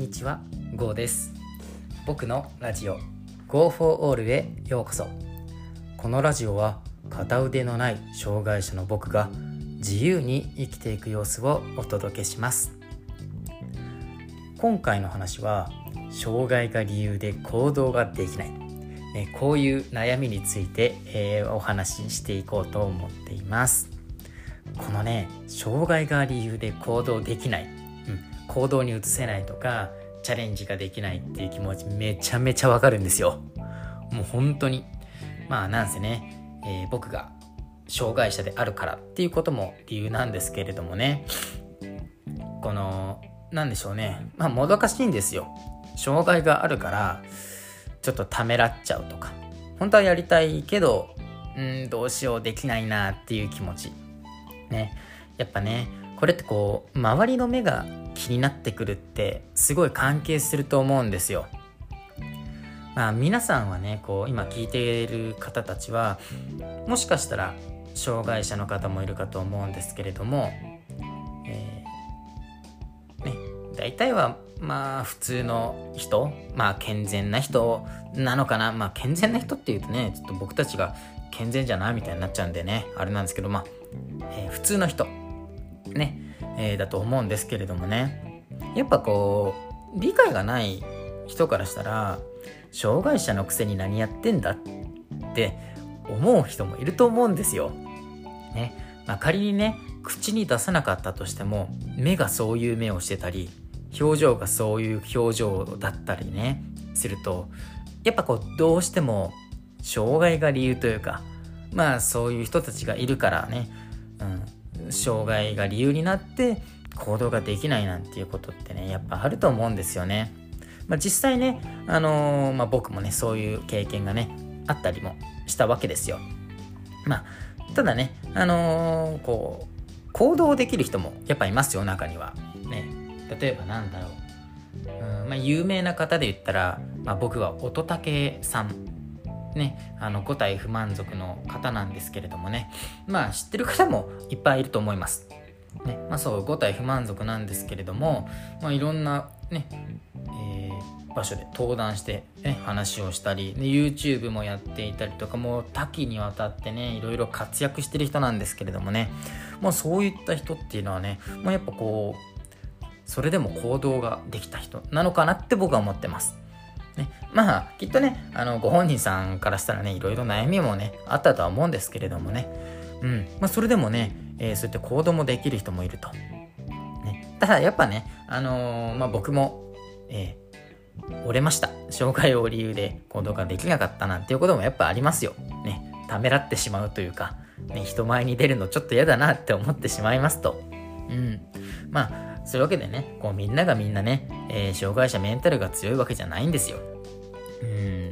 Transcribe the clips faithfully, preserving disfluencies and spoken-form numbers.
にちは、ゴーです。僕のラジオ Go for All へようこそ。このラジオは片腕のない障害者の僕が自由に生きていく様子をお届けします。今回の話は障害が理由で行動ができない、ね、こういう悩みについて、えー、お話ししていこうと思っています。このね、障害が理由で行動できない、うん、行動に移せないとかチャレンジができないっていう気持ちめちゃめちゃわかるんですよ。もう本当にまあなんせね、えー、僕が障害者であるからっていうことも理由なんですけれどもね、このなんでしょうね、まあもどかしいんですよ。障害があるからちょっとためらっちゃうとか、本当はやりたいけどうーんどうしようできないなっていう気持ちね。やっぱね、これってこう周りの目が気になってくるってすごい関係すると思うんですよ。まあ皆さんはね、こう今聞いている方たちはもしかしたら障害者の方もいるかと思うんですけれども、えー、ね、大体はまあ普通の人、まあ健全な人なのかな。まあ健全な人っていうとね、ちょっと僕たちが健全じゃないみたいになっちゃうんでね、あれなんですけど、まあ、えー、普通の人ね、えー、だと思うんですけれどもね、やっぱこう理解がない人からしたら障害者のくせに何やってんだって思う人もいると思うんですよ。ね、まあ、仮にね口に出さなかったとしても目がそういう目をしてたり表情がそういう表情だったりねすると、やっぱこうどうしても障害が理由というか、まあそういう人たちがいるからね、うん、障害が理由になって行動ができないなんていうことってねやっぱあると思うんですよね。まあ、実際ね、あのーまあ、僕もねそういう経験がねあったりもしたわけですよ。まあただね、あのー、こう行動できる人もやっぱいますよ、中にはね。例えばなんだろう、うん、まあ、有名な方で言ったら、まあ、僕は乙武さんね、あの五体不満足の方なんですけれどもね、まあ知ってる方もいっぱいいると思いますね。まあそう五体不満足なんですけれども、まあいろんなね、えー、場所で登壇して、ね、話をしたり、ね、YouTube もやっていたりとか、もう多岐にわたってねいろいろ活躍してる人なんですけれどもね、もうそういった人っていうのはね、もうやっぱこうそれでも行動ができた人なのかなって僕は思ってますね。まあきっとね、あのご本人さんからしたらねいろいろ悩みもねあったとは思うんですけれどもね、うん、まあそれでもね、えー、そうやって行動もできる人もいると、ね、ただやっぱね、あのー、まあ僕も、えー、折れました。障害を理由で行動ができなかったなんていうこともやっぱありますよね。ためらってしまうというか、ね、人前に出るのちょっと嫌だなって思ってしまいますと、うん、まあそういうわけでね、こうみんながみんなね、えー、障害者メンタルが強いわけじゃないんですよ。うん、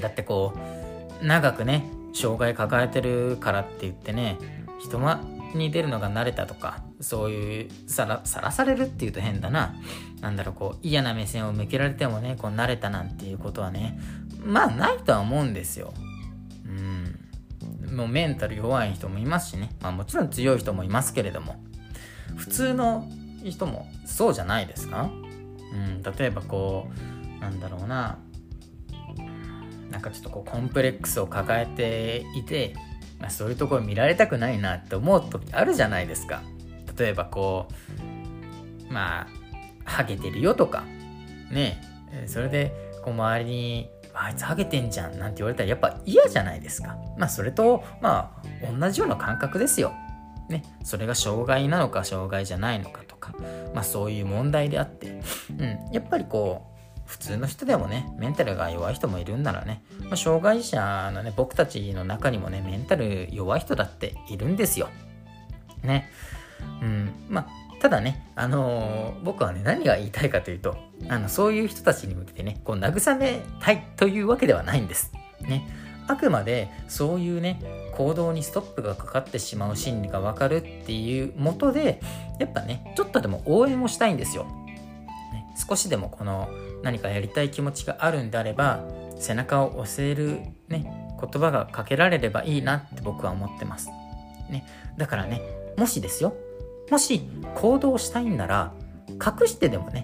だってこう長くね障害抱えてるからって言ってね、人前に出るのが慣れたとか、そういうさらさらされるっていうと変だな、なんだろう、こう嫌な目線を向けられてもねこう慣れたなんていうことはねまあないとは思うんですよ。うん、もうメンタル弱い人もいますしね、まあもちろん強い人もいますけれども、普通の人もそうじゃないですか。うん、例えばこうなんだろうな、なんかちょっとこうコンプレックスを抱えていて、まあ、そういうところ見られたくないなって思う時あるじゃないですか。例えばこうまあハゲてるよとかね、それでこう周りにあいつハゲてんじゃんなんて言われたらやっぱ嫌じゃないですか。まあそれとまあ同じような感覚ですよね。それが障害なのか障害じゃないのかとか、まあそういう問題であって、うん、やっぱりこう普通の人でもねメンタルが弱い人もいるんならね、まあ、障害者のね僕たちの中にもねメンタル弱い人だっているんですよね。うん、まあただね、あのー、僕はね何が言いたいかというと、あのそういう人たちに向けてねこう慰めたいというわけではないんですね。あくまでそういうね行動にストップがかかってしまう心理が分かるっていうもとで、やっぱねちょっとでも応援をしたいんですよ、ね、少しでもこの何かやりたい気持ちがあるんであれば背中を押せるね言葉がかけられればいいなって僕は思ってます、ね、だからね、もしですよ、もし行動したいんなら隠してでもね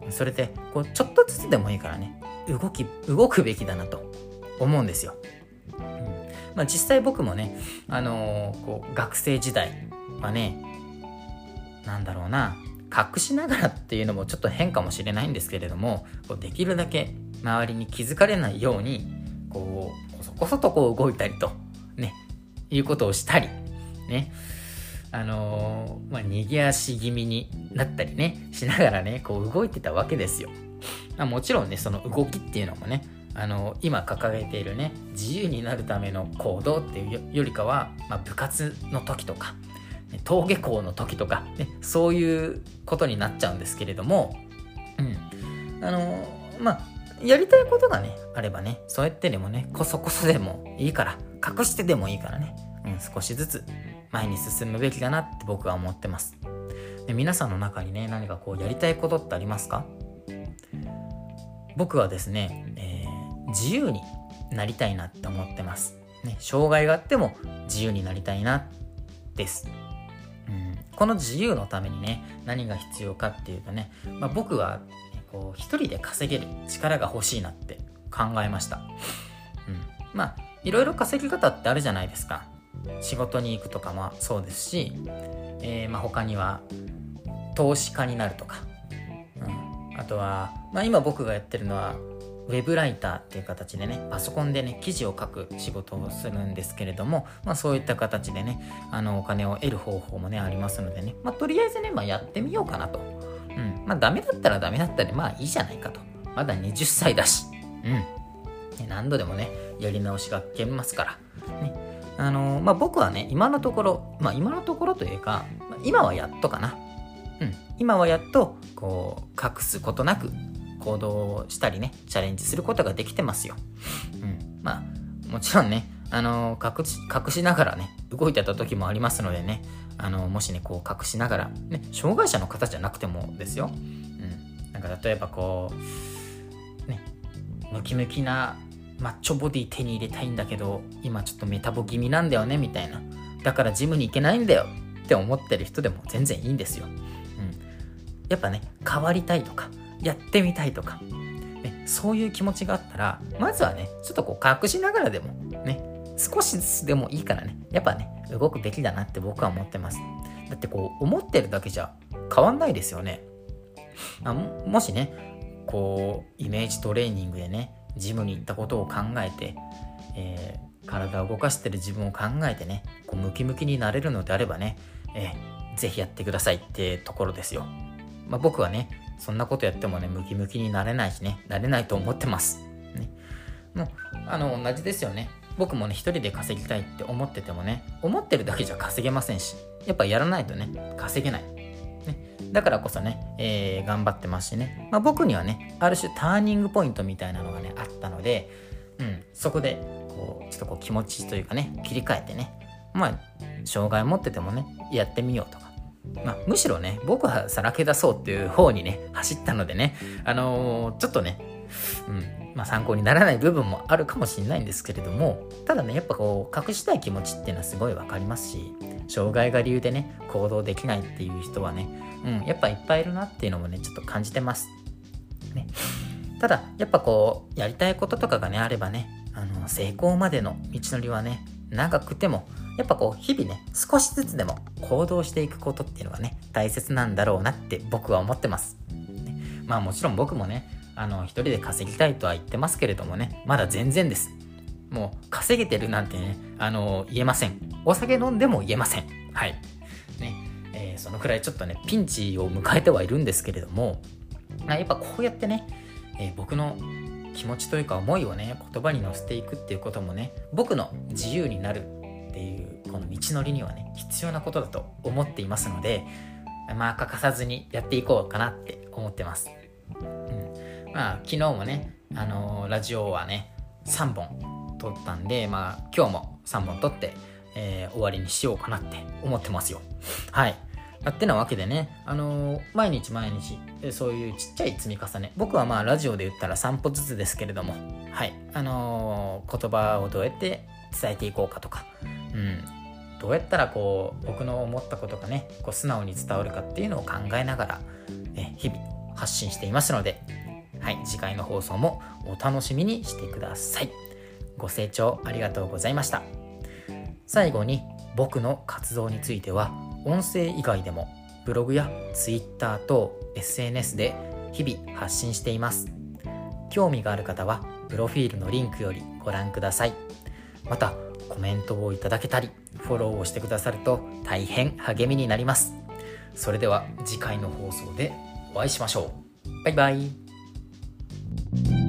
それでこうちょっとずつでもいいからね動き動くべきだなと思うんですよ。うんまあ、実際僕もね、あのー、こう学生時代はね、なんだろうな、隠しながらっていうのもちょっと変かもしれないんですけれども、こうできるだけ周りに気づかれないようにこうこそこそとこう動いたりとねいうことをしたりね、あのー、まあ逃げ足気味になったりねしながらねこう動いてたわけですよ。まあ、もちろんねその動きっていうのもね、あのー、今掲げているね自由になるための行動っていうよりかは、まあ、部活の時とか登下校の時とか、ね、そういうことになっちゃうんですけれども、うんあのー、まあやりたいことがねあればね、そうやってでもねこそこそでもいいから隠してでもいいからね、うん、少しずつ前に進むべきだなって僕は思ってます。で皆さんの中にね何かこうやりたいことってありますか？僕はですね、えー、自由になりたいなって思ってます、ね、障害があっても自由になりたいなです。うん、この自由のためにね何が必要かっていうとね、まあ、僕はこう一人で稼げる力が欲しいなって考えました。うん、まあいろいろ稼ぎ方ってあるじゃないですか。仕事に行くとかもそうですし、えー、まあ他には投資家になるとか、うん、あとは、まあ、今僕がやってるのはウェブライターっていう形でねパソコンでね記事を書く仕事をするんですけれども、まあ、そういった形でねあのお金を得る方法もねありますのでね、まあ、とりあえずね、まあ、やってみようかなと、うんまあ、ダメだったらダメだったでまあいいじゃないかと、まだはたちだし、うん、何度でもねやり直しが聞けますから、ねあのまあ、僕はね今のところ、まあ、今のところというか、まあ、今はやっとかな、うん、今はやっとこう隠すことなく行動したりねチャレンジすることができてますよ。うん、まあもちろんねあの隠し隠しながらね動いてた時もありますのでね、あのもしねこう隠しながらね障害者の方じゃなくてもですよ。うん、なんか例えばこうねムキムキなマッチョボディ手に入れたいんだけど今ちょっとメタボ気味なんだよねみたいな、だからジムに行けないんだよって思ってる人でも全然いいんですよ。うん、やっぱね変わりたいとかやってみたいとか、ね、そういう気持ちがあったらまずはねちょっとこう隠しながらでもね少しずつでもいいからねやっぱね動くべきだなって僕は思ってます。だってこう思ってるだけじゃ変わんないですよね。あ も, もしねこうイメージトレーニングでねジムに行ったことを考えて、えー、体を動かしてる自分を考えてねこうムキムキになれるのであればね、えー、ぜひやってくださいってところですよ。まあ、僕はねそんなことやってもねムキムキになれないしねなれないと思ってます、ね、もうあの同じですよね。僕もね一人で稼ぎたいって思っててもね思ってるだけじゃ稼げませんし、やっぱやらないとね稼げない、ね、だからこそね、えー、頑張ってますしね、まあ、僕にはねある種ターニングポイントみたいなのがねあったので、うん、そこでこうちょっとこう気持ちというかね切り替えてね、まあ障害持っててもねやってみようとか、まあ、むしろね僕はさらけ出そうっていう方にね走ったのでね、あのー、ちょっとね、うんまあ、参考にならない部分もあるかもしれないんですけれども、ただねやっぱこう隠したい気持ちっていうのはすごいわかりますし、障害が理由でね行動できないっていう人はね、うん、やっぱいっぱいいるなっていうのもねちょっと感じてます、ね、ただやっぱこうやりたいこととかがねあればね、あの成功までの道のりはね長くてもやっぱこう日々ね少しずつでも行動していくことっていうのがね大切なんだろうなって僕は思ってます、ね、まあもちろん僕もねあの一人で稼ぎたいとは言ってますけれどもねまだ全然です。もう稼げてるなんてねあの言えません。お酒飲んでも言えません。はいね、えー、そのくらいちょっとねピンチを迎えてはいるんですけれども、やっぱこうやってね、えー、僕の気持ちというか思いをね言葉に乗せていくっていうこともね僕の自由になるっていうこの道のりにはね必要なことだと思っていますので、まあ欠かさずにやっていこうかなって思ってます、うん、まあ昨日もねあのー、ラジオはねさんぼん撮ったんで、まあ今日もさんぼん撮って、えー、終わりにしようかなって思ってますよ。はいってなわけでね、あのー、毎日毎日そういうちっちゃい積み重ね、僕はまあラジオで言ったらさんぽずつですけれども、はいあのー、言葉をどうやって伝えていこうかとか、うん、どうやったらこう僕の思ったことがねこう素直に伝わるかっていうのを考えながら、え日々 発信していますので、はい、次回の放送もお楽しみにしてください。ご清聴ありがとうございました。最後に僕の活動については、音声以外でもブログやツイッター等 エスエヌエス で日々発信しています。興味がある方はプロフィールのリンクよりご覧ください。またコメントをいただけたりフォローをしてくださると大変励みになります。それでは次回の放送でお会いしましょう。バイバイ。